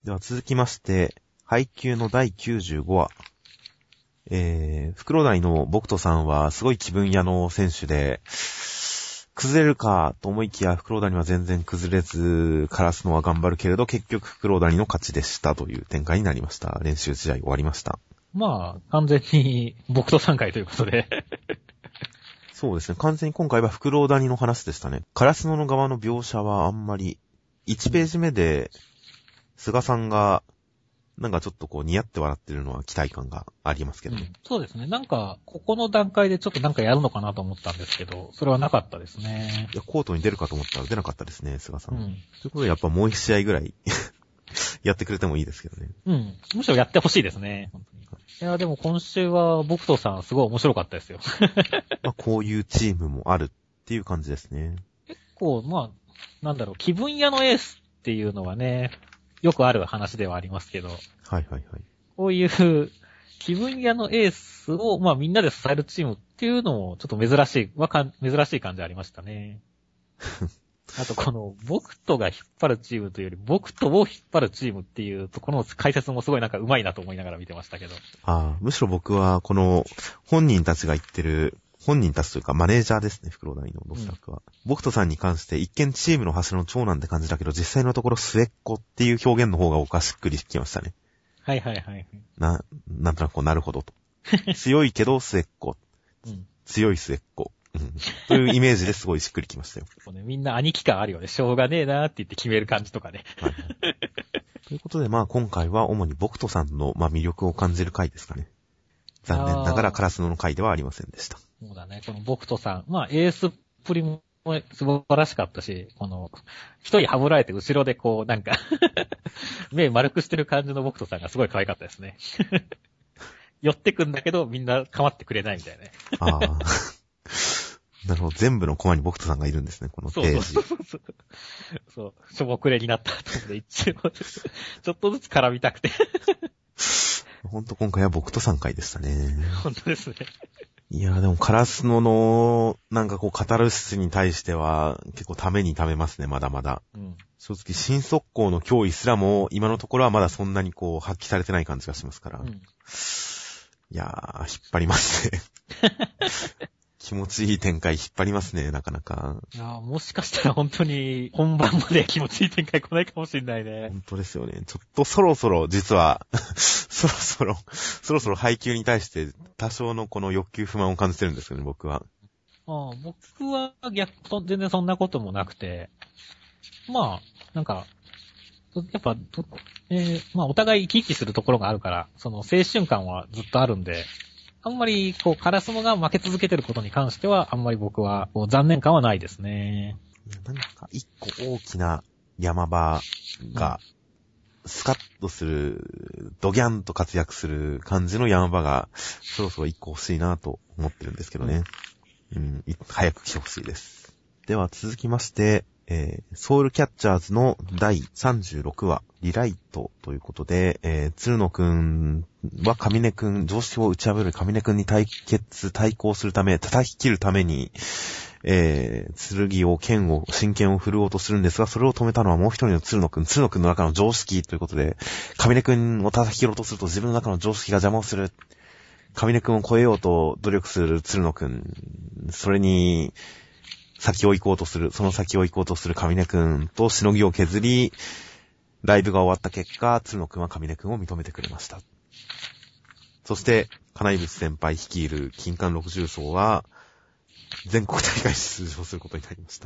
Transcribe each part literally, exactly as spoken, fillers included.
では続きまして、配給のだいきゅうじゅうごわ。えー、袋谷の僕とさんはすごい気分屋の選手で、崩れるかと思いきや袋谷は全然崩れず、カラスノは頑張るけれど結局袋谷の勝ちでしたという展開になりました。練習試合終わりました。 まあ、完全に僕とさんかいということで。 そうですね。完全に今回は袋谷の話でしたね。カラスノの側の描写はあんまり、いちページ目で菅さんがなんかちょっとこう似合って笑ってるのは期待感がありますけどね、 うん。そうですね。なんか、ここの段階でちょっとなんかやるのかなと思ったんですけど、それはなかったですね。 いや、コートに出るかと思ったら出なかったですね、菅さん。 うん。 ということでやっぱもう一試合ぐらいやってくれてもいいですけどね。 うん。むしろやってほしいですね。本当に。いや、でも今週は僕とさんすごい面白かったですよ。 まあこういうチームもあるっていう感じですね。 結構、まあ、なんだろう、気分屋のエースっていうのはね、よくある話ではありますけど、 はいはいはい。 こういう気分屋のエースを、まあみんなで支えるチームっていうのもちょっと珍しい、はかん珍しい感じありましたね。あとこの、僕とが引っ張るチームというより、僕とを引っ張るチームっていうところの解説もすごいなんか上手いなと思いながら見てましたけど。 ああ、むしろ僕はこの本人たちが言ってる、本人たちというかマネージャーですね、袋谷のロスタックは、うん。僕とさんに関して一見チームの柱の長男って感じだけど、実際のところ末っ子っていう表現の方が僕はしっくりきましたね。 はいはいはい。 な、なんとなくこうなるほどと。強いけど末っ子。うん、強い末っ子。うん、というイメージですごいしっくりきましたよ。 そうね、みんな兄貴感あるよね。しょうがねえなーって言って決める感じとかね。はい、 ということでまあ今回は主に僕とさんのまあ魅力を感じる回ですかね。残念ながらカラスノの回ではありませんでした。 そうだね。この僕とさん。まあエースっぷりも素晴らしかったし、この一人はぶられて後ろでこうなんか目丸くしてる感じの僕とさんがすごい可愛かったですね。寄ってくんだけどみんな構ってくれないみたいなね。ああ。 なるほど。全部のコマに僕とさんがいるんですね、このページ。 そうそうそう。そう。しょぼくれになった後で一応、ちょっとずつ絡みたくて。 ほんと今回は僕とさんかいでしたね。 本当ですね。 いやーでもカラスノのなんかこうカタルシスに対しては結構ためにためますね、まだまだ。うん、正直新速攻の脅威すらも今のところはまだそんなにこう発揮されてない感じがしますから。うん、いやー、引っ張りますね。気持ちいい展開引っ張りますね、なかなか。 いやー、もしかしたら本当に本番まで気持ちいい展開来ないかもしれないね。 本当ですよね。ちょっとそろそろ実は、そろそろ、そろそろ配球に対して多少のこの欲求不満を感じてるんですよね、僕は。 ああ、僕は逆、全然そんなこともなくて、まあ、なんか、やっぱ、えー、まあお互い生き生きするところがあるから、その青春感はずっとあるんで、あんまり、こう、カラスノが負け続けてることに関しては、あんまり僕は、こう、残念感はないですね。 なんか、一個大きな山場が、スカッとする、ドギャンと活躍する感じの山場が、そろそろ一個欲しいなと思ってるんですけどね。うん、うん、早く来てほしいです。では続きまして、えー、ソウルキャッチャーズのだいさんじゅうろくわ、リライトということで、えー、鶴野くんは上根くん、常識を打ち破る上根くんに対決、対抗するため、叩き切るために、えー、剣を、剣を、真剣を振るおうとするんですが、それを止めたのはもう一人の鶴野くん、鶴野くんの中の常識ということで、上根くんを叩き切ろうとすると自分の中の常識が邪魔をする。上根くんを超えようと努力する鶴野くん、それに、先を行こうとする、その先を行こうとする上根くんとしのぎを削り、ライブが終わった結果、鶴野くんは上根くんを認めてくれました。そして、金井口先輩率いる金環六重奏は、全国大会に出場することになりました。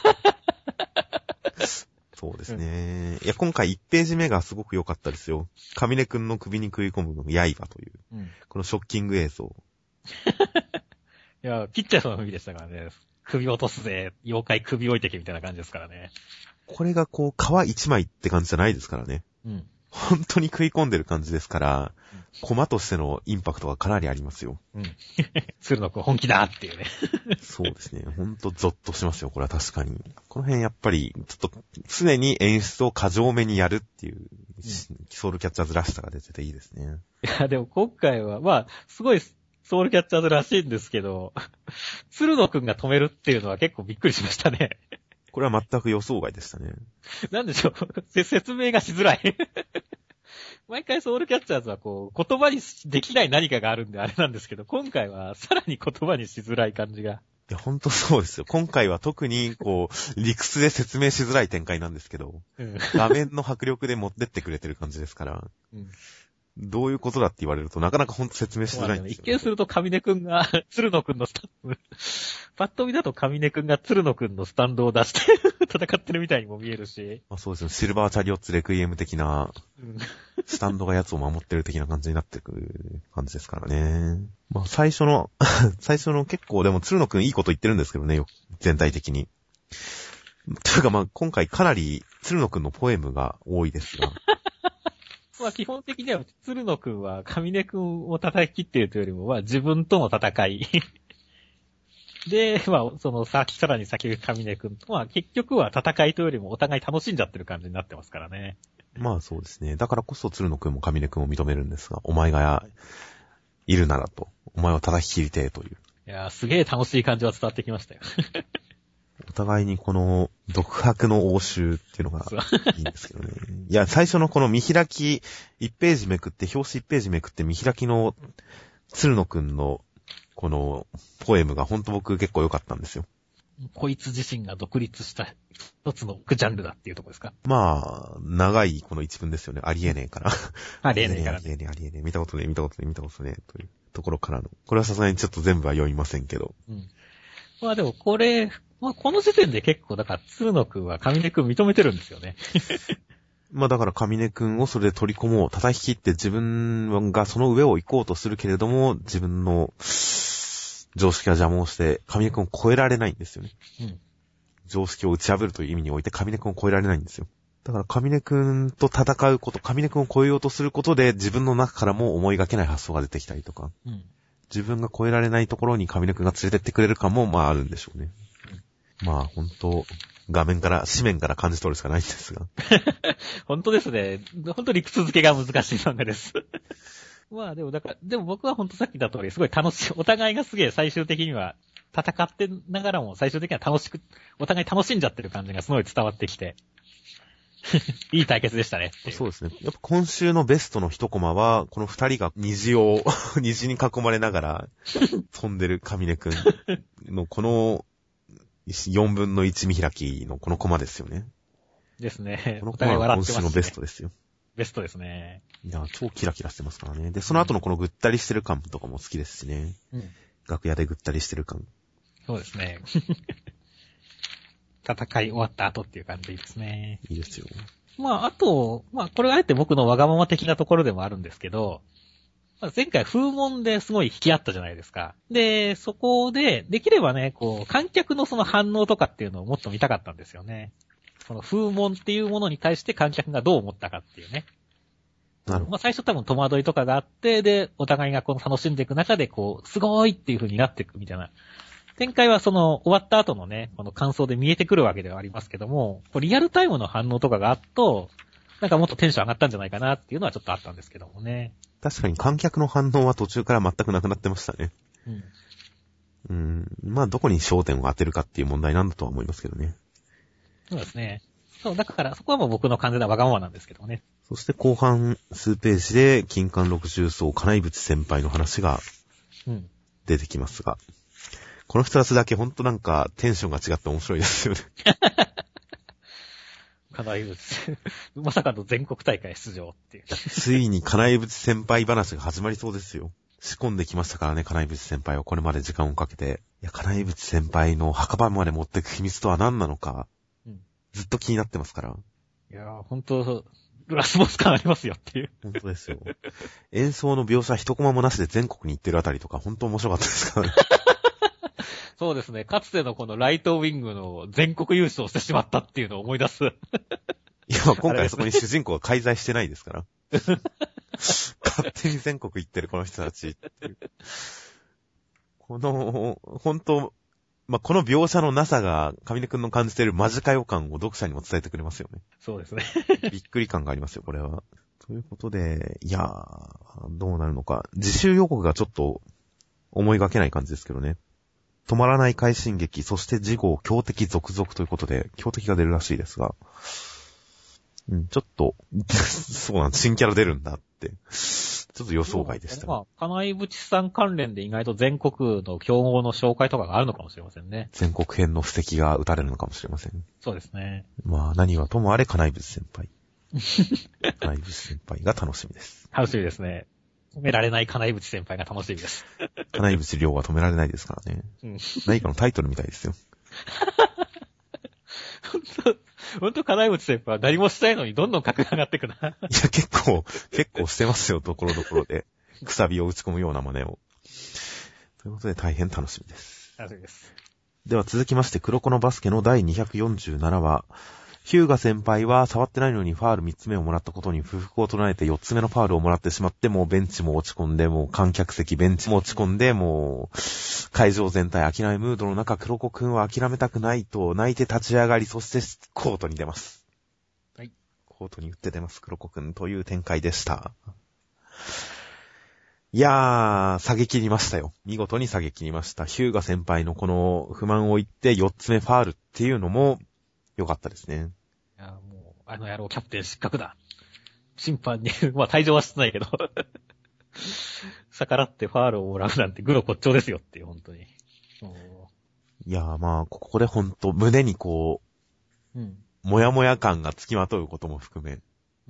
そうですね。いや、今回いちページ目がすごく良かったですよ。上根くんの首に食い込むの刃という、うん、このショッキング映像。 いや、切っちゃいそうな雰囲気でしたからね。首落とすぜ、妖怪首置いてけみたいな感じですからね。 これがこう、皮一枚って感じじゃないですからね。うん。本当に食い込んでる感じですから、うん、コマとしてのインパクトがかなりありますよ。 うん。鶴野くん本気だっていうね。 そうですね。ほんとゾッとしますよ、これは確かに。この辺やっぱり、ちょっと常に演出を過剰めにやるっていう、うん、ソウルキャッチャーズらしさが出てていいですね。 いや、でも今回は、まあ、すごい、ソウルキャッチャーズらしいんですけど、鶴野くんが止めるっていうのは結構びっくりしましたね。 これは全く予想外でしたね。 なんでしょう、説明がしづらい。 毎回ソウルキャッチャーズはこう、言葉にできない何かがあるんであれなんですけど、今回はさらに言葉にしづらい感じが。 いや、ほんとそうですよ。今回は特に、こう、理屈で説明しづらい展開なんですけど、うん、画面の迫力で持ってってくれてる感じですから、うん、どういうことだって言われるとなかなかほんと説明しづらいんですよ、ね。 一見すると上根くんが、鶴野くんのスタンド、パッと見だと上根くんが鶴野くんのスタンドを出して戦ってるみたいにも見えるし。 まあ、そうですね。シルバーチャリオッツレクイエム的な、スタンドが奴を守ってる的な感じになってくる感じですからね。まあ最初の、最初の結構でも鶴野くんいいこと言ってるんですけどね、全体的に。というかまあ今回かなり鶴野くんのポエムが多いですが。 まあ基本的には鶴野くんは上根くんを叩き切っているというよりも、まあ自分との戦い。で、まあその先、さらに先上根くんと、まあ結局は戦いというよりもお互い楽しんじゃってる感じになってますからね。 まあそうですね。だからこそ鶴野くんも上根くんを認めるんですが、お前がいるならと、お前を叩き切りてえという。 いやー、すげえ楽しい感じは伝わってきましたよ。 お互いにこの独白の応酬っていうのがいいんですけどね。いや、最初のこの見開きいちページめくって、表紙いちページめくって見開きの鶴野くんのこのポエムが本当僕結構良かったんですよ。 こいつ自身が独立した一つのジャンルだっていうところですか？ まあ、長いこの一文ですよね。ありえねえから。 ありえねえから、 ね。ありえねえ、ありえねえ。見たことねえ、見たことねえ、見たことねえ。というところからの。これはさすがにちょっと全部は読みませんけど。 うん。まあでもこれ、まあこの時点で結構だから鶴野くんは上根くん認めてるんですよね。 まあだから上根くんをそれで取り込もう、叩き切って自分がその上を行こうとするけれども、自分の常識が邪魔をして上根くんを超えられないんですよね。うん。常識を打ち破るという意味において上根くんを超えられないんですよ。だから上根くんと戦うこと、上根くんを超えようとすることで自分の中からも思いがけない発想が出てきたりとか、うん、自分が超えられないところに上根くんが連れてってくれる感もまああるんでしょうね。うん、まあ本当画面から、紙面から感じ取るしかないんですが。 本当ですね。本当理屈付けが難しい漫画です。まあでもだから、でも僕は本当さっき言った通りすごい楽しい、お互いがすげえ最終的には戦ってながらも最終的には楽しく、お互い楽しんじゃってる感じがすごい伝わってきて。いい対決でしたね。 そうですね。やっぱ今週のベストの一コマは、この二人が虹を、虹に囲まれながら飛んでる上根くんのこのよんぶんのいち見開きのこのコマですよね。 ですね。 このコマは今週のベストですよ。 ベストですね。 いや、超キラキラしてますからね。で、その後のこのぐったりしてる感とかも好きですしね。うん、楽屋でぐったりしてる感。 そうですね。戦い終わった後っていう感じですね。 いいですよ。 まあ、あと、まあ、これはあえて僕のわがまま的なところでもあるんですけど、まあ、前回風紋ですごい引き合ったじゃないですか。で、そこで、できればね、こう、観客のその反応とかっていうのをもっと見たかったんですよね。この風紋っていうものに対して観客がどう思ったかっていうね。なるほど。まあ、最初多分戸惑いとかがあって、で、お互いがこの楽しんでいく中で、こう、すごいっていう風になっていくみたいな。展開はその終わった後のね、この感想で見えてくるわけではありますけども、リアルタイムの反応とかがあっと、なんかもっとテンション上がったんじゃないかなっていうのはちょっとあったんですけどもね。 確かに観客の反応は途中から全くなくなってましたね。うん。うん。まあどこに焦点を当てるかっていう問題なんだとは思いますけどね。 そうですね。そう、だからそこはもう僕の完全なわがままなんですけどね。 そして後半数ページで金環六重奏金井淵先輩の話が出てきますが、うんこの二つだけほんとなんかテンションが違って面白いですよね。 金井淵。まさかの全国大会出場っていう。 ついに金井淵先輩話が始まりそうですよ。仕込んできましたからね、金井淵先輩はこれまで時間をかけて。いや、金井淵先輩の墓場まで持っていく秘密とは何なのか、うん、ずっと気になってますから。 いやー、ほんと、ラスボス感ありますよっていう。 ほんとですよ。演奏の描写一コマもなしで全国に行ってるあたりとか、ほんと面白かったですからね。 そうですね。かつてのこのライトウィングの全国優勝してしまったっていうのを思い出す。いや、今回そこに主人公は介在してないですから。勝手に全国行ってるこの人たちっていう。この、本当まあ、この描写のなさが、上根くんの感じているマジか予感を読者にも伝えてくれますよね。 そうですね。 びっくり感がありますよ、これは。ということで、いやー、どうなるのか。自習予告がちょっと思いがけない感じですけどね。止まらない快進撃、そして次号強敵続々ということで、強敵が出るらしいですが、 うん、ちょっと、そうなん、新キャラ出るんだって、ちょっと予想外でした。 まあ、金井淵さん関連で意外と全国の競合の紹介とかがあるのかもしれませんね。 全国編の布石が打たれるのかもしれません。 そうですね。 まあ、何はともあれ金井淵先輩。金井淵先輩が楽しみです。 楽しみですね。止められない金井淵先輩が楽しみです。 金井淵亮は止められないですからね。うん、何かのタイトルみたいですよ。 本当、本当金井淵先輩は何もしたいのにどんどん格が上がってくな。いや、 結構、結構してますよ、ところどころで。くさびを打ち込むような真似を。ということで大変楽しみです。 楽しみです。 では続きまして、黒子のバスケのだいにひゃくよんじゅうななわ。ヒューガ先輩は触ってないのにファールみっつめをもらったことに不服を唱えてよっつめのファールをもらってしまって、もうベンチも落ち込んで、もう観客席ベンチも落ち込んで、もう会場全体飽きないムードの中、黒子くんは諦めたくないと泣いて立ち上がり、そしてコートに出ます。 はい。 コートに打って出ます、黒子くんという展開でした。いやー、下げ切りましたよ。見事に下げ切りました。ヒューガ先輩のこの不満を言ってよっつめファールっていうのも良かったですね。 いや、もう、あの野郎キャプテン失格だ。審判に、まあ退場はしてないけど。逆らってファールをもらうなんてグロ骨頂ですよっていう、本当に。 いやーまあ、ここでほんと胸にこう、うん、もやもや感がつきまとうことも含め、うん、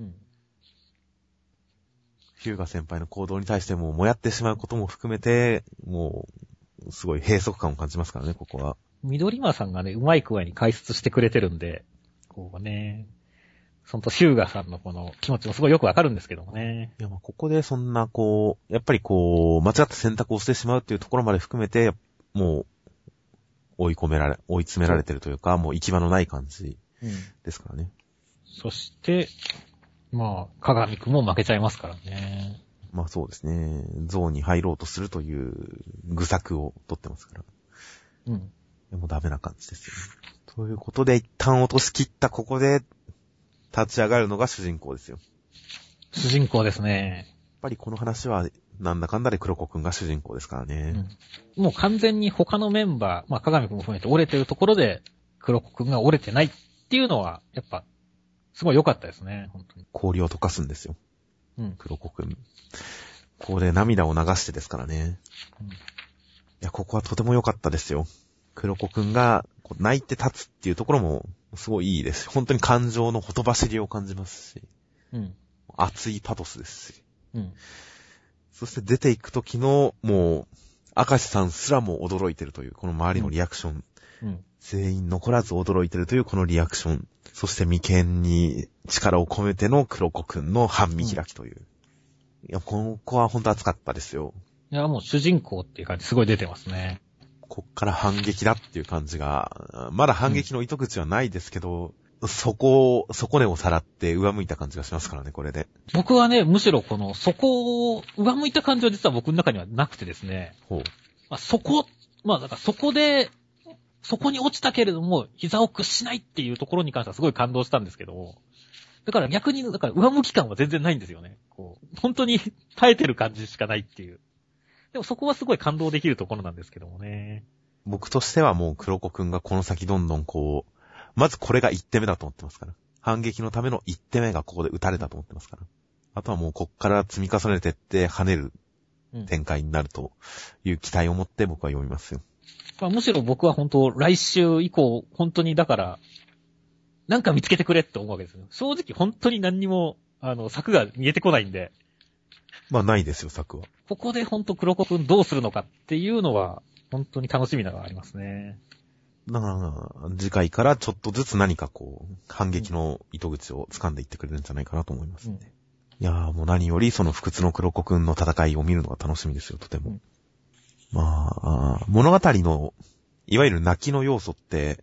ヒューガ先輩の行動に対してももやってしまうことも含めて、もう、すごい閉塞感を感じますからね、ここは。 緑間さんがね、うまい具合に解説してくれてるんで、こうね、そのとヒューガさんのこの気持ちもすごいよくわかるんですけどもね。 いや、まあここでそんなこう、やっぱりこう、間違った選択をしてしまうっていうところまで含めて、もう、追い込められ、追い詰められてるというか、もう行き場のない感じですからね。 うん、そして、まあ、鏡くんも負けちゃいますからね。 まあそうですね。ゾーンに入ろうとするという愚策を取ってますから。うん。でもダメな感じですよね。ということで一旦落とし切ったここで立ち上がるのが主人公ですよ。 主人公ですね。 やっぱりこの話はなんだかんだで黒子くんが主人公ですからね。 うん、もう完全に他のメンバー、まあ鏡くんも含めて折れてるところで黒子くんが折れてないっていうのはやっぱすごい良かったですね、本当に。 氷を溶かすんですよ。うん。黒子くん。ここで涙を流してですからね。うん、いや、ここはとても良かったですよ。黒子くんが泣いて立つっていうところもすごいいいです。本当に感情のほとばしりを感じますし。うん。熱いパトスですし。うん。そして出ていく時の、もう、明石さんすらも驚いてるという、この周りのリアクション。うん。うん、全員残らず驚いてるというこのリアクション。そして眉間に力を込めての黒子くんの半身開きという。うん、いや、ここは本当熱かったですよ。 いや、もう主人公っていう感じすごい出てますね。 こっから反撃だっていう感じが、まだ反撃の糸口はないですけど、うん、そこを、底根をさらって上向いた感じがしますからね、これで。 僕はね、むしろこの、そこを上向いた感じは実は僕の中にはなくてですね。ほう。まあ、そこ、まあ、だからそこで、そこに落ちたけれども、膝を屈しないっていうところに関してはすごい感動したんですけど、だから逆に、だから上向き感は全然ないんですよね。こう、本当に耐えてる感じしかないっていう。でもそこはすごい感動できるところなんですけどもね。 僕としてはもう黒子くんがこの先どんどんこう、まずこれが一手目だと思ってますから。反撃のための一手目がここで打たれたと思ってますから。あとはもうこっから積み重ねてって跳ねる展開になるという期待を持って僕は読みますよ。 まあ、むしろ僕は本当来週以降本当にだからなんか見つけてくれって思うわけですよ。正直本当に何にもあの策が見えてこないんで。 まあないですよ策は。 ここで本当黒子くんどうするのかっていうのは本当に楽しみなのがありますね。 だから次回からちょっとずつ何かこう反撃の糸口を掴んでいってくれるんじゃないかなと思いますね。うん、いやーもう何よりその不屈の黒子くんの戦いを見るのが楽しみですよとても。うん、まあ物語のいわゆる泣きの要素って、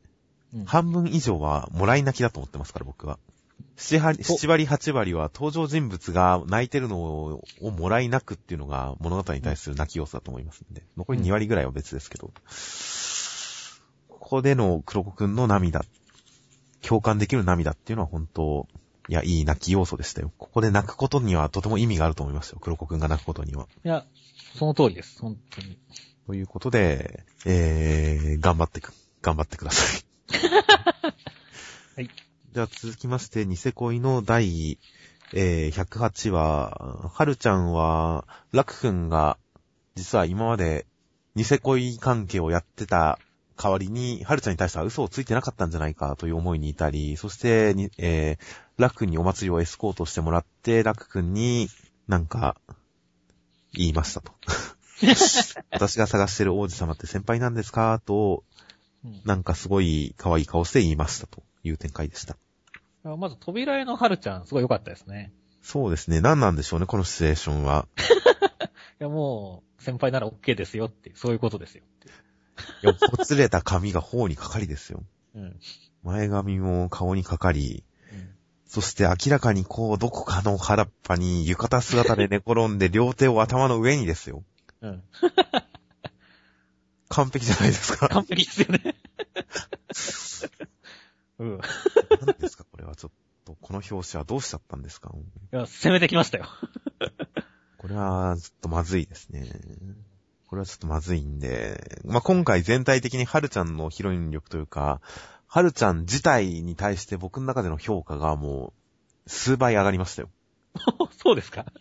うん、半分以上はもらい泣きだと思ってますから僕は。七割八割は登場人物が泣いてるのをもらい泣くっていうのが物語に対する泣き要素だと思いますので、残りに割ぐらいは別ですけど、うん、ここでの黒子くんの涙、共感できる涙っていうのは本当、いや、いい泣き要素でしたよ。ここで泣くことにはとても意味があると思いますよ。黒子くんが泣くことには。 いや、その通りです。本当に。 ということで、えー、頑張ってく、頑張ってください。 はい。 じゃあ続きまして、ニセ恋の第、えー、ひゃくはちわ、はるちゃんは、ラクくんが、実は今まで、ニセ恋関係をやってた代わりに、はるちゃんに対しては嘘をついてなかったんじゃないかという思いにいたり、そして、にえー、ラクくんにお祭りをエスコートしてもらって、ラクくんになんか、言いましたと。私が探してる王子様って先輩なんですかと、なんかすごい可愛い顔して言いましたという展開でした。 まず扉絵のはるちゃん、すごい良かったですね。 そうですね。何なんでしょうね、このシチュエーションは。 いや、もう、先輩なら OK ですよって、そういうことですよ。 いや、ほつれた髪が頬にかかりですよ。 うん、 前髪も顔にかかり、 うん、 そして明らかにこう、どこかの原っぱに浴衣姿で寝転んで両手を頭の上にですよ。 うん。 完璧じゃないですか。 完璧ですよね。うん。 何ですかこれはちょっと、この表紙はどうしちゃったんですか？ いや、攻めてきましたよ。 これはちょっとまずいですね。これはちょっとまずいんで、まあ、今回全体的にはるちゃんのヒロイン力というか、はるちゃん自体に対して僕の中での評価がもう数倍上がりましたよ。 そうですか。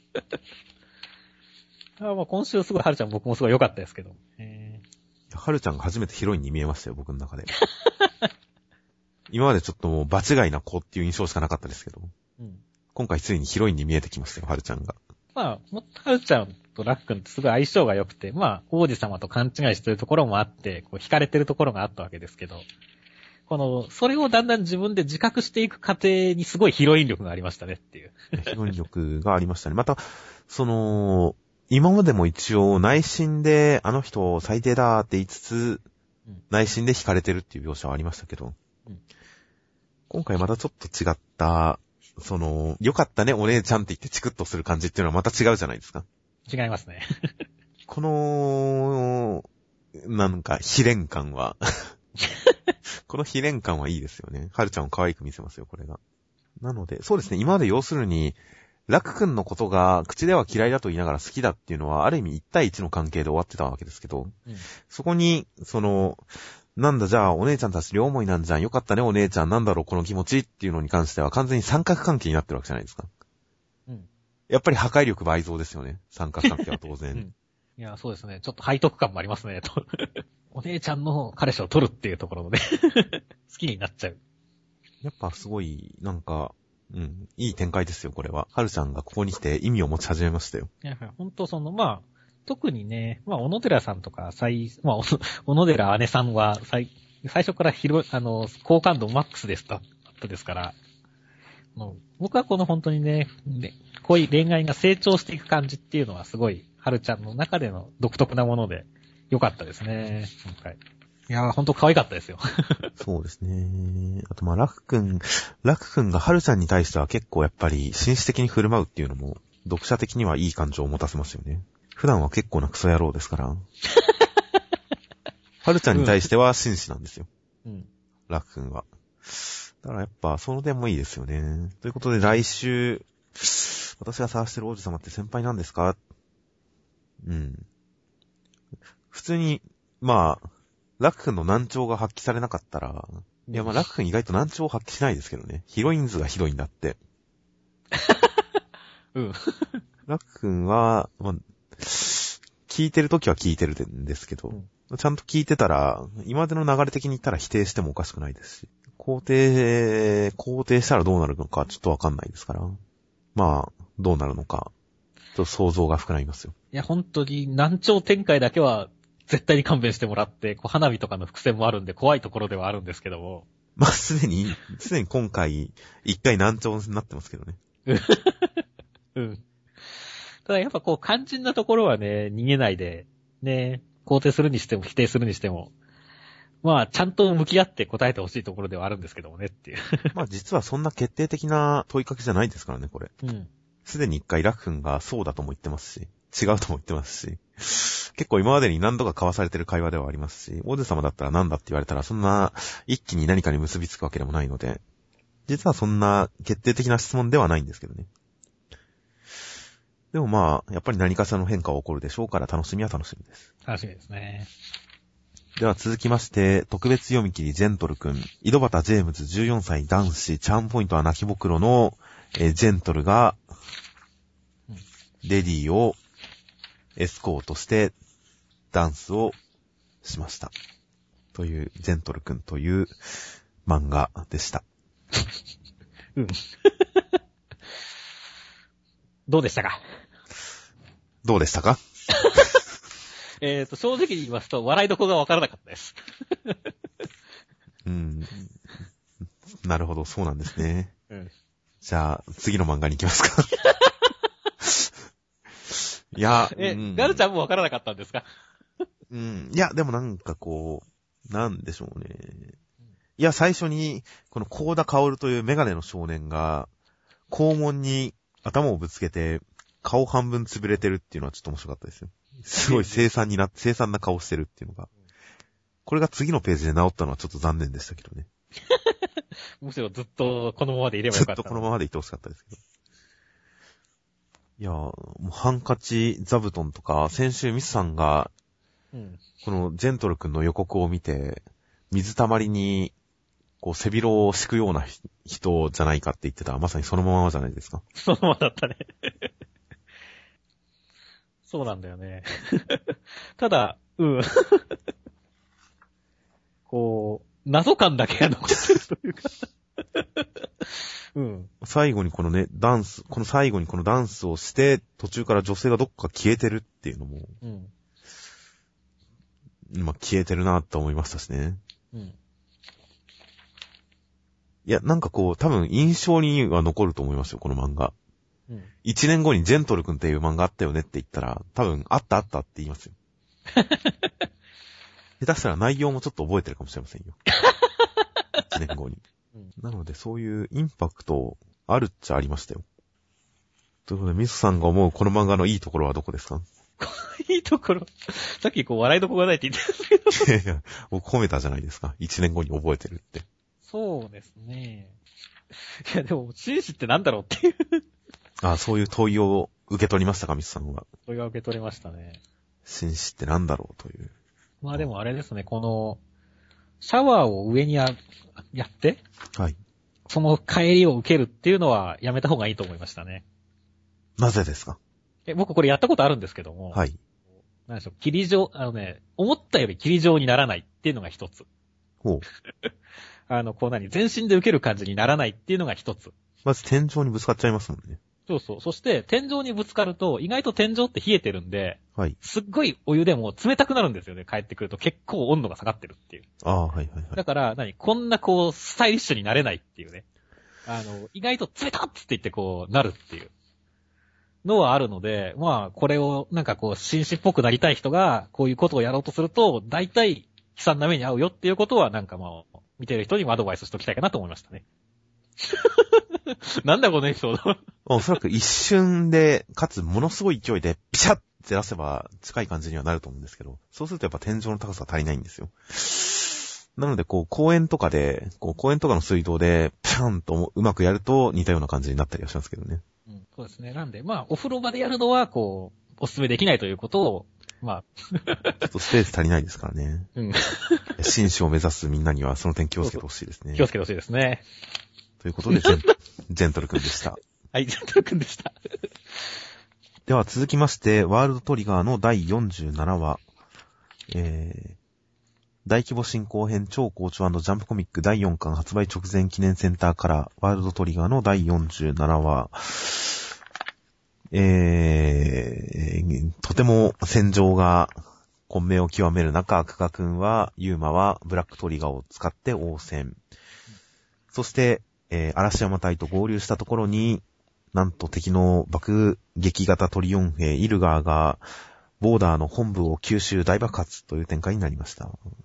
あ、まあ、今週すごいはるちゃん僕もすごい良かったですけど。へー、はるちゃんが初めてヒロインに見えましたよ、僕の中で。今までちょっともう場違いな子っていう印象しかなかったですけど、うん、今回ついにヒロインに見えてきましたよ、はるちゃんが。 まあ、もっとはるちゃんとラックンってすごい相性が良くて、まあ、王子様と勘違いしてるところもあって、こう、惹かれてるところがあったわけですけど、この、それをだんだん自分で自覚していく過程にすごいヒロイン力がありましたねっていう。 ヒロイン力がありましたね。また、その、今までも一応内心であの人最低だって言いつつ、うん、内心で惹かれてるっていう描写はありましたけど、うん、今回またちょっと違った、その、よかったねお姉ちゃんって言ってチクッとする感じっていうのはまた違うじゃないですか。 違いますね。 この、なんか、非連感は、この非連感はいいですよね。はるちゃんを可愛く見せますよ、これが。なので、そうですね、今まで要するに、ラク君のことが口では嫌いだと言いながら好きだっていうのは、ある意味一対一の関係で終わってたわけですけど、うん、そこに、その、なんだじゃあお姉ちゃんたち両思いなんじゃん。よかったねお姉ちゃん。なんだろうこの気持ちっていうのに関しては完全に三角関係になってるわけじゃないですか。うん。やっぱり破壊力倍増ですよね。三角関係は当然。うん、 いや、そうですね。ちょっと背徳感もありますね。とお姉ちゃんの彼氏を取るっていうところで好きになっちゃう。 やっぱすごい、なんか、うん、いい展開ですよ、これは。はるちゃんがここに来て意味を持ち始めましたよ。 いや、ほんとその、まあ、特にね、まあ、小野寺さんとか、最、まあ、小野寺姉さんは、最、最初から広い、あの、好感度マックスでしたですから、もう僕はこの本当にね、ね、こういう恋愛が成長していく感じっていうのはすごい、はるちゃんの中での独特なもので、良かったですね、今回。いやー、ほんと可愛かったですよ。 そうですね。あと、まあ、ラク君、ラク君がはるちゃんに対しては結構やっぱり紳士的に振る舞うっていうのも、読者的にはいい感情を持たせますよね。普段は結構なクソ野郎ですから。はるちゃんに対しては紳士なんですよ。うん。ラク君は。だからやっぱ、その点もいいですよね。ということで来週、私が探してる王子様って先輩なんですか？うん。普通に、まあ、ラク君の難聴が発揮されなかったら、いやまあラク君意外と難聴を発揮しないですけどね。ヒロイン図がひどいんだって。うん。ラク君は、まあ、聞いてるときは聞いてるんですけど、うん、ちゃんと聞いてたら、今までの流れ的に言ったら否定してもおかしくないですし、肯定、肯定したらどうなるのかちょっとわかんないですから、まあ、どうなるのか、ちょっと想像が膨らみますよ。 いや、本当に難聴展開だけは絶対に勘弁してもらって、こう花火とかの伏線もあるんで怖いところではあるんですけども。 まあ、すでに、すでに今回、一回難聴になってますけどね。 うん。ただやっぱこう肝心なところはね、逃げないで、ね、肯定するにしても否定するにしても、まあちゃんと向き合って答えてほしいところではあるんですけどもねっていう。 まあ実はそんな決定的な問いかけじゃないですからね、これ。うん。すでに一回ラク君がそうだとも言ってますし、違うとも言ってますし、結構今までに何度か交わされてる会話ではありますし、王子様だったら何だって言われたらそんな一気に何かに結びつくわけでもないので、実はそんな決定的な質問ではないんですけどね。でもまあ、やっぱり何かしらの変化が起こるでしょうから楽しみは楽しみです。 楽しみですね。 では続きまして、特別読み切りジェントル君、井戸端ジェームズじゅうよんさい男子、チャームポイントは泣きぼくろの、えー、ジェントルが、レディをエスコートしてダンスをしました。という、ジェントル君という漫画でした。 うん。どうでしたかどうでしたかえっと、正直に言いますと、笑いどころがわからなかったです。 うん。なるほど、そうなんですね。 うん、 じゃあ、次の漫画に行きますか。いや、 え、 うん、 ガルちゃんもわからなかったんですか？ うん。いや、でもなんかこう、なんでしょうね。いや、最初に、このコーダカオルというメガネの少年が、肛門に頭をぶつけて、顔半分潰れてるっていうのはちょっと面白かったですよ。すごい凄惨にな、凄惨な顔してるっていうのが。これが次のページで治ったのはちょっと残念でしたけどね。 むしろずっとこのままでいればよかった。 ずっとこのままでいてほしかったですけど。いやー、もうハンカチ座布団とか、先週ミスさんが、うん、このジェントル君の予告を見て、水たまりに、こう背広を敷くような人じゃないかって言ってた、まさにそのままじゃないですか。 そのままだったね。そうなんだよね。ただ、うん。こう、謎感だけが残ってるというか。うん。最後にこのね、ダンス、この最後にこのダンスをして、途中から女性がどっか消えてるっていうのも、うん。まあ、消えてるなと思いましたしね。うん。いや、なんかこう、多分印象には残ると思いますよ、この漫画。うん。一年後にジェントル君っていう漫画あったよねって言ったら、多分あったあったって言いますよ。下手したら内容もちょっと覚えてるかもしれませんよ。一年後に。うん、なので、そういうインパクトあるっちゃありましたよ。ということで、ミスさんが思うこの漫画のいいところはどこですか？ いいところ。さっきこう笑いどころがないって言ってたんですけど。いやいや、 僕褒めたじゃないですか。一年後に覚えてるって。 そうですね。いや、でも、紳士ってなんだろうっていう。 ああ、そういう問いを受け取りましたか、ミスさんは。 問いが受け取りましたね。 紳士ってなんだろうという。 まあでもあれですね、この、シャワーを上にや、やって、はい。その帰りを受けるっていうのはやめた方がいいと思いましたね。 なぜですか？ え、僕これやったことあるんですけども。はい。なんでしょう、霧状、あのね、思ったより霧状にならないっていうのが一つ。ほう。あの、こう何、全身で受ける感じにならないっていうのが一つ。 まず天井にぶつかっちゃいますもんね。 そうそう。そして、天井にぶつかると、意外と天井って冷えてるんで、はい。すっごいお湯でも冷たくなるんですよね。帰ってくると結構温度が下がってるっていう。ああ、はいはいはい。だから、何こんなこう、スタイリッシュになれないっていうね。あの、意外と冷たっつって言ってこう、なるっていうのはあるので、まあ、これをなんかこう、紳士っぽくなりたい人が、こういうことをやろうとすると、大体、悲惨な目に遭うよっていうことは、なんかまあ、見てる人にもアドバイスしておきたいかなと思いましたね。なんだこのエピソード。 おそらく一瞬で、かつものすごい勢いで、ピシャッって出せば近い感じにはなると思うんですけど、そうするとやっぱ天井の高さが足りないんですよ。なのでこう、公園とかで、こう、公園とかの水道で、ピャンとうまくやると似たような感じになったりはしますけどね。 うん、そうですね。なんで、まあ、お風呂場でやるのは、こう、お勧めできないということを、まあ。 ちょっとスペース足りないですからね。うん。紳士を目指すみんなにはその点気をつけてほしいですね。そうそう気をつけてほしいですね。 ということで、ジェン、ジェントル君でした。 はい、ジェントル君でした。 では続きまして、ワールドトリガーのだいよんじゅうななわ、えー、大規模進行編超好調&ジャンプコミックだいよんかん発売直前記念センターからワールドトリガーのだいよんじゅうななわ、えー、とても戦場が混迷を極める中、クカ君は、ユーマはブラックトリガーを使って応戦。そして、えー、嵐山隊と合流したところに、なんと敵の爆撃型トリオン兵イルガーが、ボーダーの本部を吸収大爆発という展開になりました。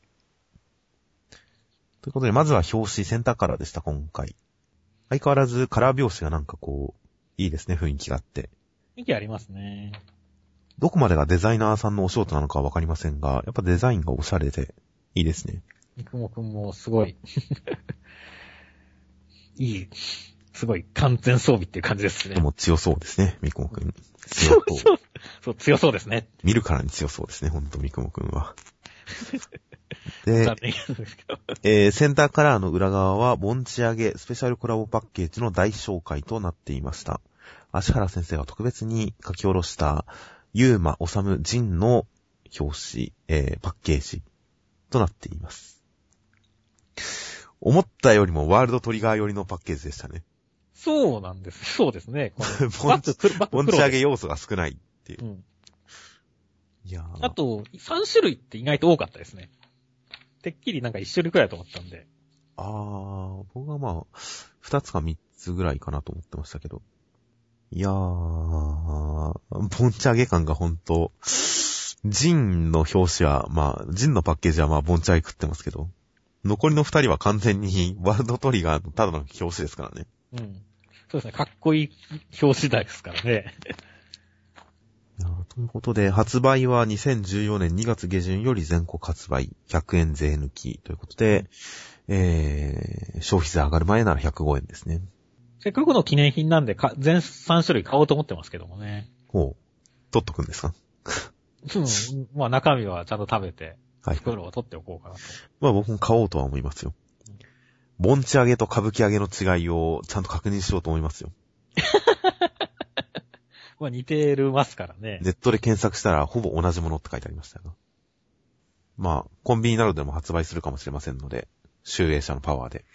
ということで、まずは表紙センターカラーでした、今回。相変わらずカラー表紙がなんかこう、いいですね、雰囲気があって。 雰囲気ありますね。 どこまでがデザイナーさんのお仕事なのかはわかりませんが、やっぱデザインがおしゃれで、いいですね。 みくもくんもすごい。いい。すごい完全装備っていう感じですね。 でも強そうですね、みくもくん。 強そう。そう、強そうですね。 見るからに強そうですね、ほんとみくもくんは。 で、 残念ですけどえー、センターカラーの裏側は、盆地上げスペシャルコラボパッケージの大紹介となっていました。芦原先生が特別に書き下ろした、ユーマ・オサム・ジンの表紙、えー、パッケージとなっています。思ったよりもワールドトリガー寄りのパッケージでしたね。 そうなんです。そうですね。この盆地バック盆地上げ要素が少ないっていう。 うん、 いやあと、さん種類って意外と多かったですね。てっきりなんかいち種類くらいだと思ったんで。 あー、僕はまあ、ふたつかみっつぐらいかなと思ってましたけど。いやー、盆地上げ感がほんと、ジンの表紙は、まあ、ジンのパッケージはまあ、盆地上げ食ってますけど、残りのふたりは完全にワールドトリガーのただの表紙ですからね。 うん。そうですね。かっこいい表紙台ですからね。 いやということで、発売はにせんじゅうよねんにがつげじゅんより全国発売、ひゃくえん税抜きということで、えー、消費税上がる前ならひゃくごえんですね。 せっかくの記念品なんでか、全さん種類買おうと思ってますけどもね。 ほう。取っとくんですか？ うん。まあ中身はちゃんと食べて、 はい。 袋を取っておこうかなと。 まあ僕も買おうとは思いますよ。盆地揚げと歌舞伎揚げの違いをちゃんと確認しようと思いますよ。 まあ似てるますからね。 ネットで検索したらほぼ同じものって書いてありましたよ。まあ、コンビニなどでも発売するかもしれませんので、集英社のパワーで。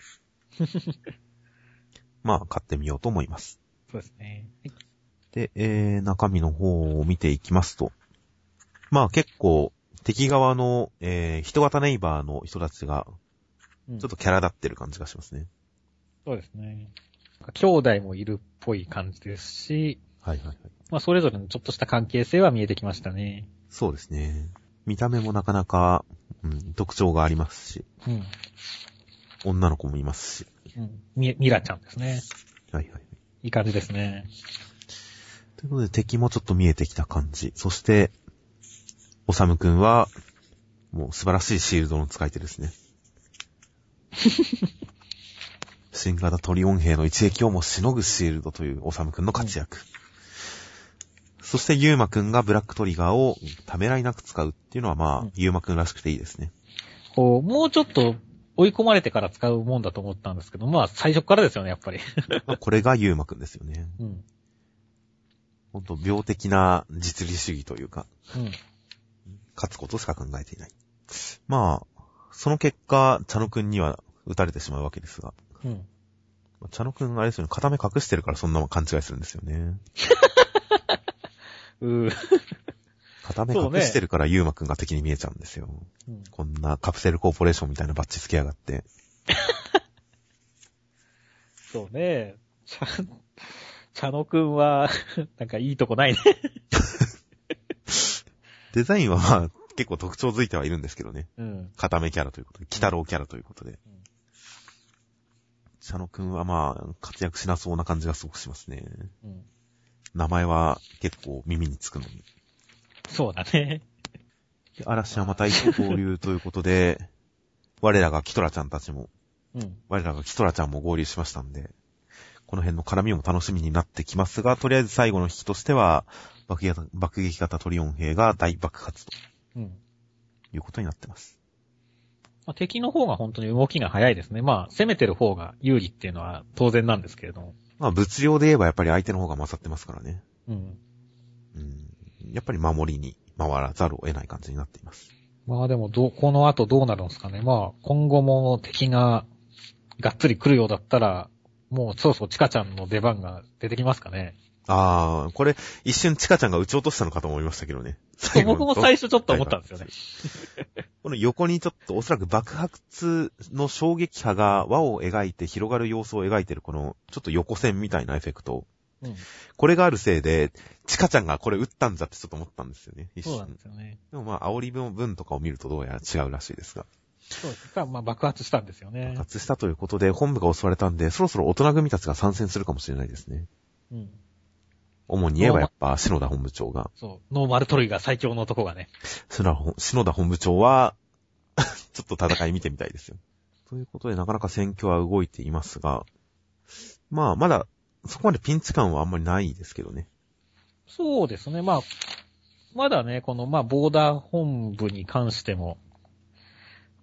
まあ、買ってみようと思います。 そうですね。 で、えー、中身の方を見ていきますと、まあ結構、敵側の、えー、人型ネイバーの人たちが、ちょっとキャラ立ってる感じがしますね。 うん、そうですね。兄弟もいるっぽい感じですし、 はいはいはい。 まあそれぞれのちょっとした関係性は見えてきましたね。 そうですね。見た目もなかなか、うん、特徴がありますし、 うん、 女の子もいますし。 うん、ミ、ミラちゃんですね。 はいはいはい。 いい感じですね。 ということで敵もちょっと見えてきた感じ。そして、おさむくんは、もう素晴らしいシールドの使い手ですね。新型トリオン兵の一撃をもしのぐシールドというおさむくんの活躍。うん、そしてゆうまくんがブラックトリガーをためらいなく使うっていうのはまあ、うん、ゆうまくんらしくていいですね。 こう、もうちょっと追い込まれてから使うもんだと思ったんですけど、まあ最初からですよね、やっぱり。 まあこれがゆうまくんですよね。 うん。 ほんと病的な実利主義というか、 うん、 勝つことしか考えていない。まあ、その結果、茶野くんには撃たれてしまうわけですが。 うん。 茶野くんあれですよね、片目隠してるからそんな勘違いするんですよね。 うー片目隠してるからゆうまくんが敵に見えちゃうんですよ。うん、こんなカプセルコーポレーションみたいなバッジつけやがって。 そうね。茶、茶野くんは、なんかいいとこないね。 デザインはまあ結構特徴づいてはいるんですけどね。 うん。 片目キャラということで、鬼太郎キャラということで。うん、茶野くんはまあ活躍しなそうな感じがすごくしますね。うん、名前は結構耳につくのに。 そうだね。 嵐山隊と合流ということで、我らがキトラちゃんたちも、うん、我らがキトラちゃんも合流しましたんで、この辺の絡みも楽しみになってきますが、とりあえず最後の引きとしては、爆撃型、爆撃型トリオン兵が大爆発と、うん、いうことになってます。 まあ、敵の方が本当に動きが早いですね。まあ、攻めてる方が有利っていうのは当然なんですけれども。 まあ、物量で言えばやっぱり相手の方が勝ってますからね。 うん。 うん、やっぱり守りに回らざるを得ない感じになっています。 まあでもど、この後どうなるんですかね。まあ、今後も敵ががっつり来るようだったら、もうそろそろチカちゃんの出番が出てきますかね。 ああ、これ一瞬チカちゃんが撃ち落としたのかと思いましたけどね。 僕も最初ちょっと思ったんですよね。 この横にちょっとおそらく爆発の衝撃波が輪を描いて広がる様子を描いてるこのちょっと横線みたいなエフェクト。うん、これがあるせいで、チカちゃんがこれ撃ったんじゃってちょっと思ったんですよね。 そうなんですよね。 でもまあ、煽りの分とかを見るとどうやら違うらしいですが。 そうですか。まあ爆発したんですよね。 爆発したということで、本部が襲われたんで、そろそろ大人組たちが参戦するかもしれないですね。うん。主に言えばやっぱ、篠田本部長が。 そう。ノーマルトリガー最強の男がね。 篠田本部長は、ちょっと戦い見てみたいですよ。ということで、なかなか戦況は動いていますが、まあ、まだ、そこまでピンチ感はあんまりないですけどね。 そうですね。まあ、まだね、この、まあ、ボーダー本部に関しても、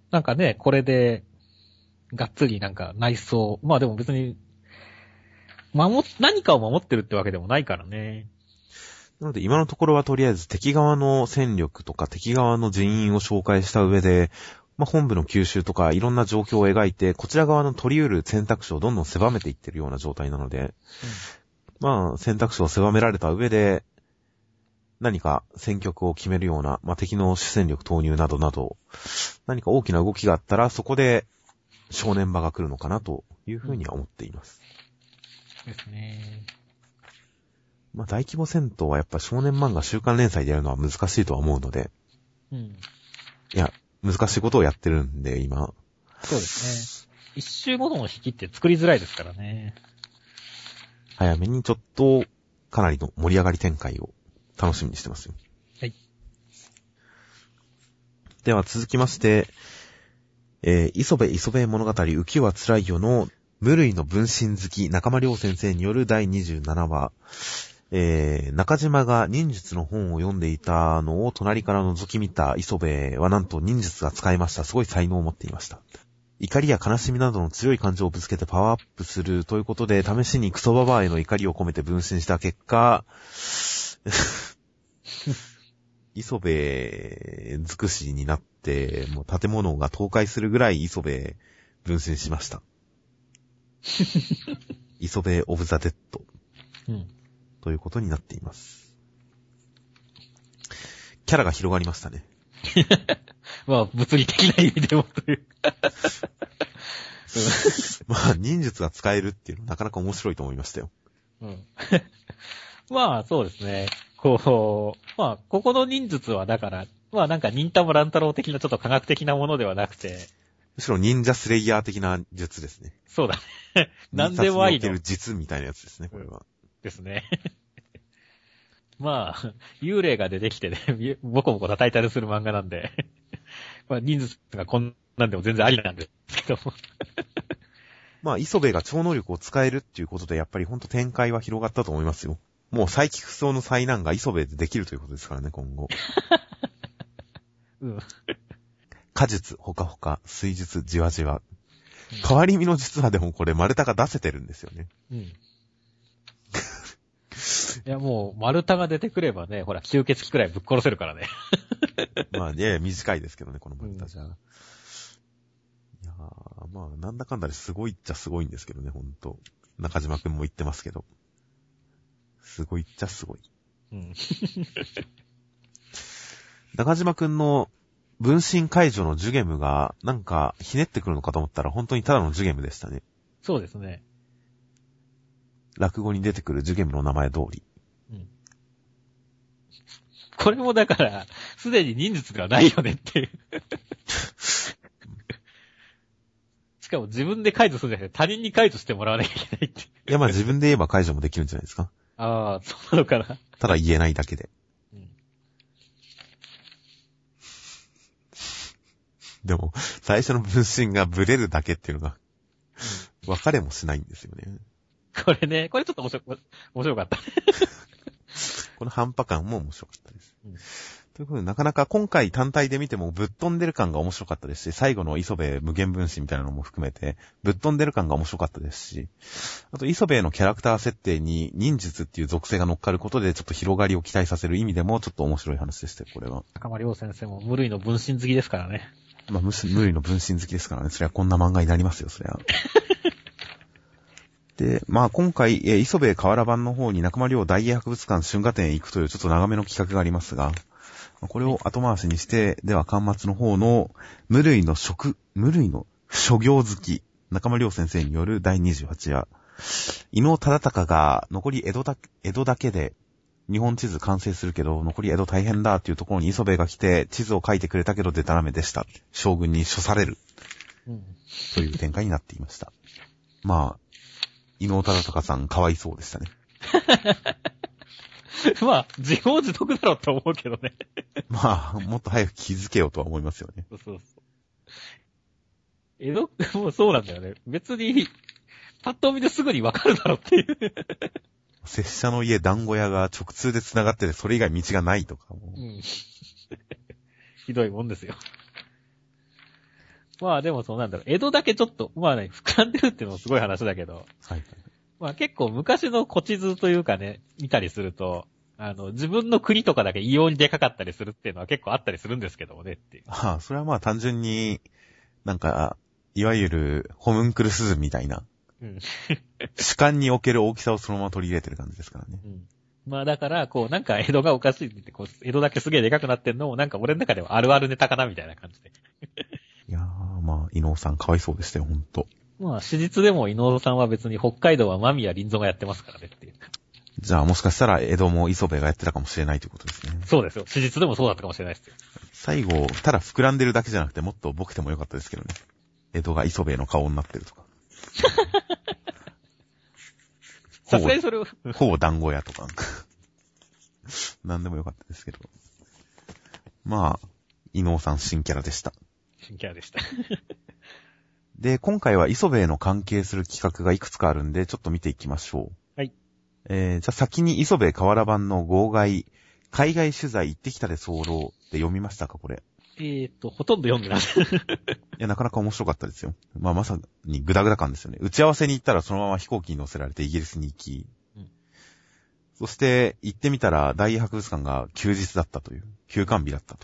なんかね、これで、がっつりなんか内装、まあでも別に、守っ、何かを守ってるってわけでもないからね。 なので今のところはとりあえず敵側の戦力とか敵側の人員を紹介した上で、まあ、本部の吸収とかいろんな状況を描いて、こちら側の取り得る選択肢をどんどん狭めていってるような状態なので、うん、まあ選択肢を狭められた上で、何か戦局を決めるような、まあ、敵の主戦力投入などなど、何か大きな動きがあったら、そこで正念場が来るのかなというふうには思っています。 うん、ですね。 まあ、大規模戦闘はやっぱ少年漫画週刊連載でやるのは難しいとは思うので、うん。いや、難しいことをやってるんで、今。 そうですね。一周ごとの引きって作りづらいですからね。 早めにちょっと、かなりの盛り上がり展開を楽しみにしてますよ。 はい。 では続きまして、えー、磯部磯部物語浮世は辛いよの無類の分身好き中間良先生によるだいにじゅうななわ、えー、中島が忍術の本を読んでいたのを隣から覗き見た磯部はなんと忍術が使えました。すごい才能を持っていました。怒りや悲しみなどの強い感情をぶつけてパワーアップするということで、試しにクソババアへの怒りを込めて分身した結果、磯部尽くしになって、もう建物が倒壊するぐらい磯部分身しました。磯部オブザ・デッド、うん、ということになっています。キャラが広がりましたね。 まあ、物理的な意味でもというか。 まあ、忍術が使えるっていうのはなかなか面白いと思いましたよ。 うん、まあ、そうですね。こう、まあ、ここの忍術はだから、まあなんか忍たま乱太郎的なちょっと科学的なものではなくて、 むしろ忍者スレイヤー的な術ですね。 そうだね。何でもありの。 忍術における術みたいなやつですね、これは。 ですね。まあ、幽霊が出てきてね、ボコボコ叩いたりする漫画なんで、まあ忍術がこんなんでも全然ありなんですけども。 まあ、磯部が超能力を使えるっていうことで、やっぱりほんと展開は広がったと思いますよ。もうサイキクソの災難が磯部でできるということですからね、今後。うん。果術、ほかほか、水術、じわじわ。変わり身の術はでもこれ丸太が出せてるんですよね。うん。いやもう丸太が出てくればね、ほら吸血鬼くらいぶっ殺せるからね。 まあね、短いですけどね、この丸太じゃ。うん、いやー、まあなんだかんだですごいっちゃすごいんですけどね、ほんと。中島くんも言ってますけど。すごいっちゃすごい。うん、中島くんの分身解除のジュゲムがなんかひねってくるのかと思ったら本当にただのジュゲムでしたね。 そうですね。 落語に出てくるジュゲムの名前通り。うん、 これもだから、すでに忍術ではないよねっていう。しかも自分で解除するんじゃなくて他人に解除してもらわなきゃいけないって。 いやまあ自分で言えば解除もできるんじゃないですか。 ああ、そうなのかな。 ただ言えないだけで。うん、でも、最初の分身がブレるだけっていうのが、分かれもしないんですよね。 これね、これちょっと面白面白かった。 この半端感も面白かったです。うん、ということで、なかなか今回単体で見てもぶっ飛んでる感が面白かったですし、最後の磯部無限分身みたいなのも含めて、ぶっ飛んでる感が面白かったですし、あと磯部のキャラクター設定に忍術っていう属性が乗っかることでちょっと広がりを期待させる意味でもちょっと面白い話でしたよ、これは。 中間良先生も無類の分身好きですからね。 まあ、無類の分身好きですからね。それはこんな漫画になりますよ、それは。で、まあ今回、えー、磯部河原版の方に中間良大英博物館春画展へ行くというちょっと長めの企画がありますが、これを後回しにして、では巻末の方の無類の職、無類の諸行好き、中間良先生によるだいにじゅうはちわ、伊能忠敬が残り江戸だ、江戸だけで日本地図完成するけど、残り江戸大変だっていうところに磯部が来て、地図を書いてくれたけどデタラメでした。将軍に処される。うん、という展開になっていました。まあ、伊能忠敬さんかわいそうでしたね。 まあ、自業自得だろうと思うけどね。 まあ、もっと早く気づけようとは思いますよね。 そうそうそう。江戸、もうそうなんだよね。別に、パッと見ですぐにわかるだろうっていう。 拙者の家団子屋が直通で繋がってて、それ以外道がないとかも。うん、 ひどいもんですよ。 まあでもそうなんだろう。江戸だけちょっと、まあね、膨らんでるっていうのもすごい話だけど、 はい。 まあ結構昔の古地図というかね、見たりすると、あの、自分の国とかだけ異様にでかかったりするっていうのは結構あったりするんですけどもねっていう。 ああ、それはまあ単純に、なんか、いわゆるホムンクルスズみたいな、 うん。 主観における大きさをそのまま取り入れてる感じですからね。 うん。まあだから、こう、なんか江戸がおかしいって言って、こう、江戸だけすげえでかくなってんのも、なんか俺の中ではあるあるネタかなみたいな感じで。 いやー、まあ、伊能さんかわいそうでしたよ、ほんと。 まあ、史実でも伊能さんは別に北海道は間宮林蔵がやってますからねっていう。 じゃあもしかしたら江戸も磯部がやってたかもしれないということですね。 そうですよ。史実でもそうだったかもしれないですよ。 最後、ただ膨らんでるだけじゃなくてもっとボケてもよかったですけどね。江戸が磯部の顔になってるとか。 さすがにそれを。 ほぼ団子屋とか。なんでもよかったですけど。まあ、伊能さん新キャラでした。 新キャラでした。 で、今回は磯部への関係する企画がいくつかあるんで、ちょっと見ていきましょう。 はい。 えー、じゃあ先に磯部河原版の号外、海外取材行ってきたで候って読みましたか、これ。 えーと、ほとんど読んでない。 いや、なかなか面白かったですよ。まあ、まさにグダグダ感ですよね。打ち合わせに行ったらそのまま飛行機に乗せられてイギリスに行き、うん、そして行ってみたら大英博物館が休日だったという、休館日だったと。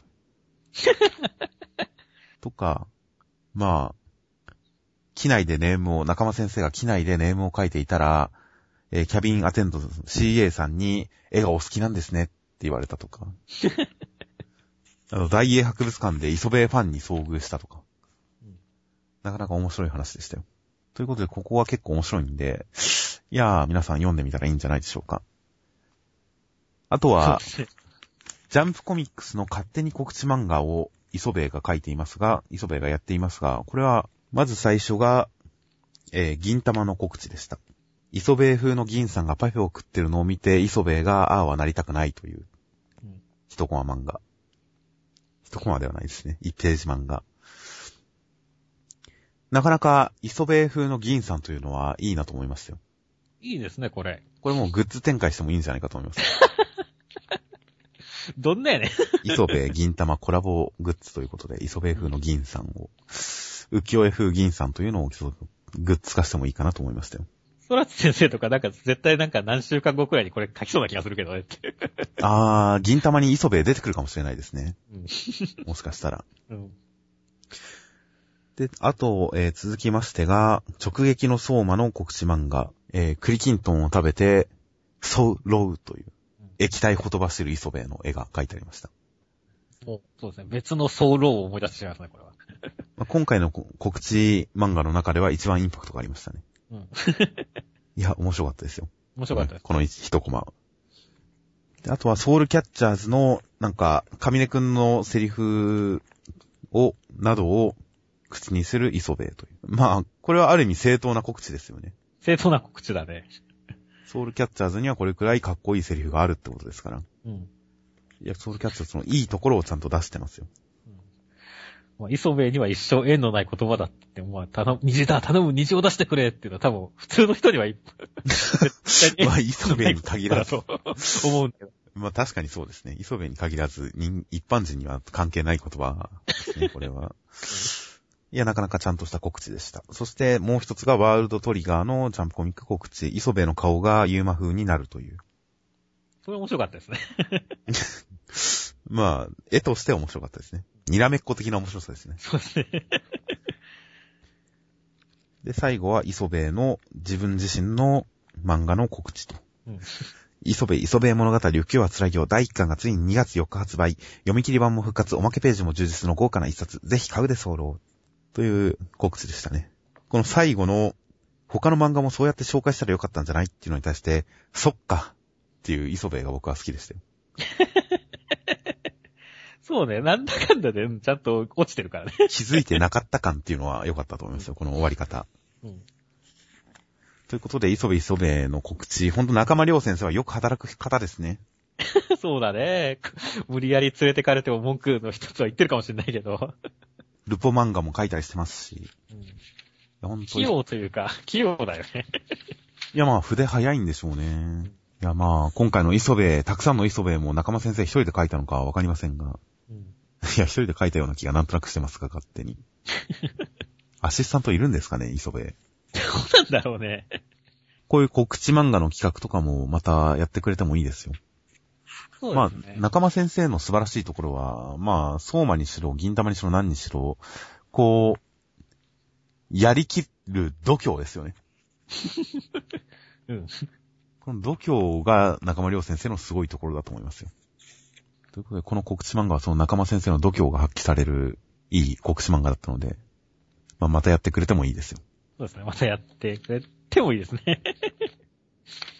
とか、まあ、機内でネームを、中間先生が機内でネームを書いていたら、えー、キャビンアテンド シーエー さんに絵がお好きなんですねって言われたとか。あの、大英博物館で磯部ファンに遭遇したとか。うん、なかなか面白い話でしたよ。ということで、ここは結構面白いんで、いやー、皆さん読んでみたらいいんじゃないでしょうか。あとは、ジャンプコミックスの勝手に告知漫画を磯部が書いていますが、磯部がやっていますが、これは、まず最初が、えー、銀玉の告知でした。磯部風の銀さんがパフェを食ってるのを見て、磯部がああはなりたくないという、うん、一コマ漫画。一コマではないですね。一ページ漫画。なかなか磯部風の銀さんというのはいいなと思いましたよ。 いいですね、これ。 これもうグッズ展開してもいいんじゃないかと思います。 どんなやねん。 磯部銀玉コラボグッズということで、磯部風の銀さんを、浮世絵風銀さんというのをグッズ化してもいいかなと思いましたよ。 空知先生とかなんか絶対なんか何週間後くらいにこれ書きそうな気がするけどねって。 あー、銀玉に磯部出てくるかもしれないですね。うん、もしかしたら。うん、で、あと、えー、続きましてが、直撃の相馬の告知漫画、えー、栗きんとんを食べて、ソウロウという、液体ほとばしる磯部の絵が描いてありました。 もう、そうですね。別のソウロウを思い出してしまいますね、これは。 今回の告知漫画の中では一番インパクトがありましたね。うん、いや、面白かったですよ。 面白かったです。 この一コマ。で、あとはソウルキャッチャーズの、なんか、上根くんのセリフを、などを口にする磯部という。まあ、これはある意味正当な告知ですよね。 正当な告知だね。 ソウルキャッチャーズにはこれくらいかっこいいセリフがあるってことですから。うん。いや、ソウルキャッチャーズのいいところをちゃんと出してますよ。 まあ、磯部には一生縁のない言葉だって、まあ、頼む、虹だ、頼む、虹を出してくれっていうのは多分、普通の人には、 まあ、磯部に限らず。 思うんだけど。 まあ、確かにそうですね。磯部に限らず、一般人には関係ない言葉ですね、これは。いや、なかなかちゃんとした告知でした。そして、もう一つがワールドトリガーのジャンプコミック告知。磯部の顔がユーマ風になるという。 それ面白かったですね。 まあ、絵として面白かったですね。にらめっこ的な面白さですね。 そうですね。 で、最後は磯部の自分自身の漫画の告知と。うん、磯部、磯部物語、浮世はつらぎよ。だいいっかんがついににがつよっか発売。読み切り版も復活、おまけページも充実の豪華な一冊。ぜひ買うで候。という告知でしたね。この最後の、他の漫画もそうやって紹介したらよかったんじゃないっていうのに対して、そっかっていう磯部が僕は好きでしたよ。 そうね、なんだかんだで、ちゃんと落ちてるからね。 気づいてなかった感っていうのは良かったと思いますよ、この終わり方。うん、ということで、磯部磯部の告知、ほんと中間良先生はよく働く方ですね。 そうだね。無理やり連れてかれても文句の一つは言ってるかもしれないけど。 ルポ漫画も書いたりしてますし。うん、いや本当器用というか、器用だよね。 いやまあ、筆早いんでしょうね。いやまあ、今回の磯部、たくさんの磯部も中間先生一人で書いたのかはわかりませんが。うん、 いや、一人で書いたような気がなんとなくしてますが、勝手に。アシスタントいるんですかね、磯部。 どうなんだろうね。 こういう告知漫画の企画とかもまたやってくれてもいいですよ。 そうですね。 まあ、中間先生の素晴らしいところは、まあ、相馬にしろ、銀玉にしろ、何にしろ、こう、やりきる度胸ですよね。 うん。 この度胸が中間良先生のすごいところだと思いますよ。ということで、この告知漫画はその中間先生の度胸が発揮されるいい告知漫画だったので、まあ、またやってくれてもいいですよ。 そうですね。またやってくれてもいいですね。